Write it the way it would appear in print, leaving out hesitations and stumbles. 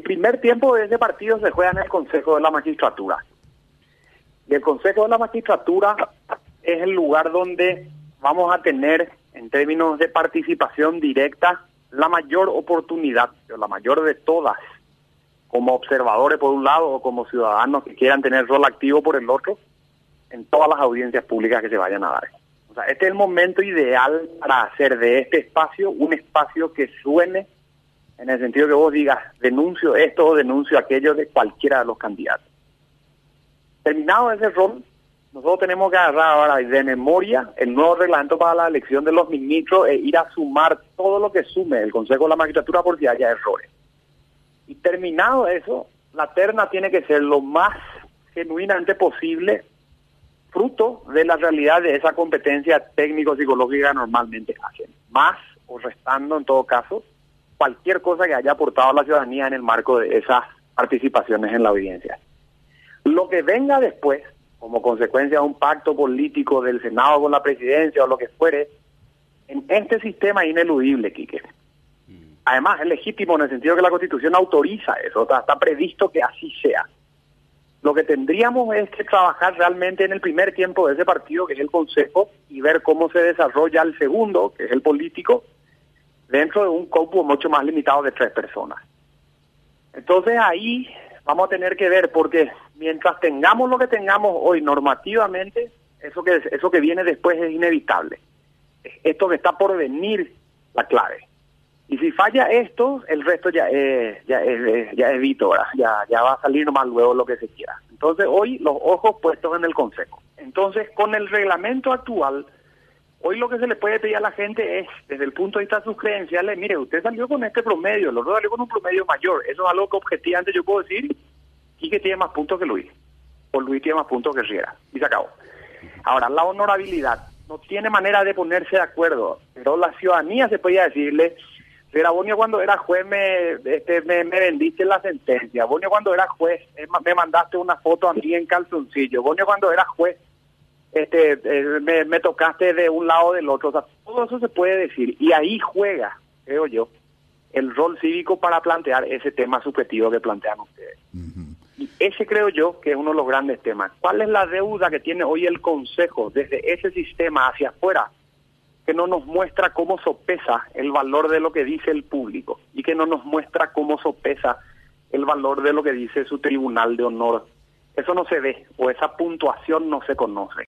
primer tiempo de ese partido se juega en el Consejo de la Magistratura. Y el Consejo de la Magistratura es el lugar donde vamos a tener, en términos de participación directa, la mayor oportunidad, la mayor de todas, como observadores por un lado o como ciudadanos que quieran tener rol activo por el otro, en todas las audiencias públicas que se vayan a dar. O sea, este es el momento ideal para hacer de este espacio un espacio que suene, en el sentido que vos digas, denuncio esto o denuncio aquello de cualquiera de los candidatos. Terminado ese rol, nosotros tenemos que agarrar ahora de memoria el nuevo reglamento para la elección de los ministros e ir a sumar todo lo que sume el Consejo de la Magistratura por si haya errores. Y terminado eso, la terna tiene que ser lo más genuinamente posible, fruto de la realidad de esa competencia técnico-psicológica que normalmente hacen. Más o restando, en todo caso, cualquier cosa que haya aportado a la ciudadanía en el marco de esas participaciones en la audiencia. Lo que venga después, como consecuencia de un pacto político del Senado con la presidencia o lo que fuere, en este sistema es ineludible, Quique. Además, es legítimo en el sentido que la Constitución autoriza eso, está previsto que así sea. Lo que tendríamos es que trabajar realmente en el primer tiempo de ese partido, que es el Consejo, y ver cómo se desarrolla el segundo, que es el político, dentro de un cupo mucho más limitado de 3 personas. Entonces ahí vamos a tener que ver, porque mientras tengamos lo que tengamos hoy normativamente, eso que viene después es inevitable. Esto que está por venir, la clave. Y si falla esto, el resto ya es vítora, ya va a salir nomás luego lo que se quiera. Entonces hoy los ojos puestos en el Consejo. Entonces con el reglamento actual, hoy lo que se le puede pedir a la gente es, desde el punto de vista de sus credenciales, mire, usted salió con este promedio, el otro salió con un promedio mayor. Eso es algo que objetivamente yo puedo decir, y que tiene más puntos que Luis, o Luis tiene más puntos que Riera, y se acabó. Ahora, la honorabilidad no tiene manera de ponerse de acuerdo, pero la ciudadanía se podía decirle, Riera, Bonio cuando era juez me vendiste la sentencia, Bonio cuando era juez me mandaste una foto a mí en calzoncillo, Bonio cuando era juez me tocaste de un lado o del otro. O sea, todo eso se puede decir, y ahí juega, creo yo, el rol cívico para plantear ese tema subjetivo que plantean ustedes. Y ese creo yo que es uno de los grandes temas. ¿Cuál es la deuda que tiene hoy el Consejo desde ese sistema hacia afuera, que no nos muestra cómo sopesa el valor de lo que dice el público y que no nos muestra cómo sopesa el valor de lo que dice su tribunal de honor? Eso no se ve, o esa puntuación no se conoce.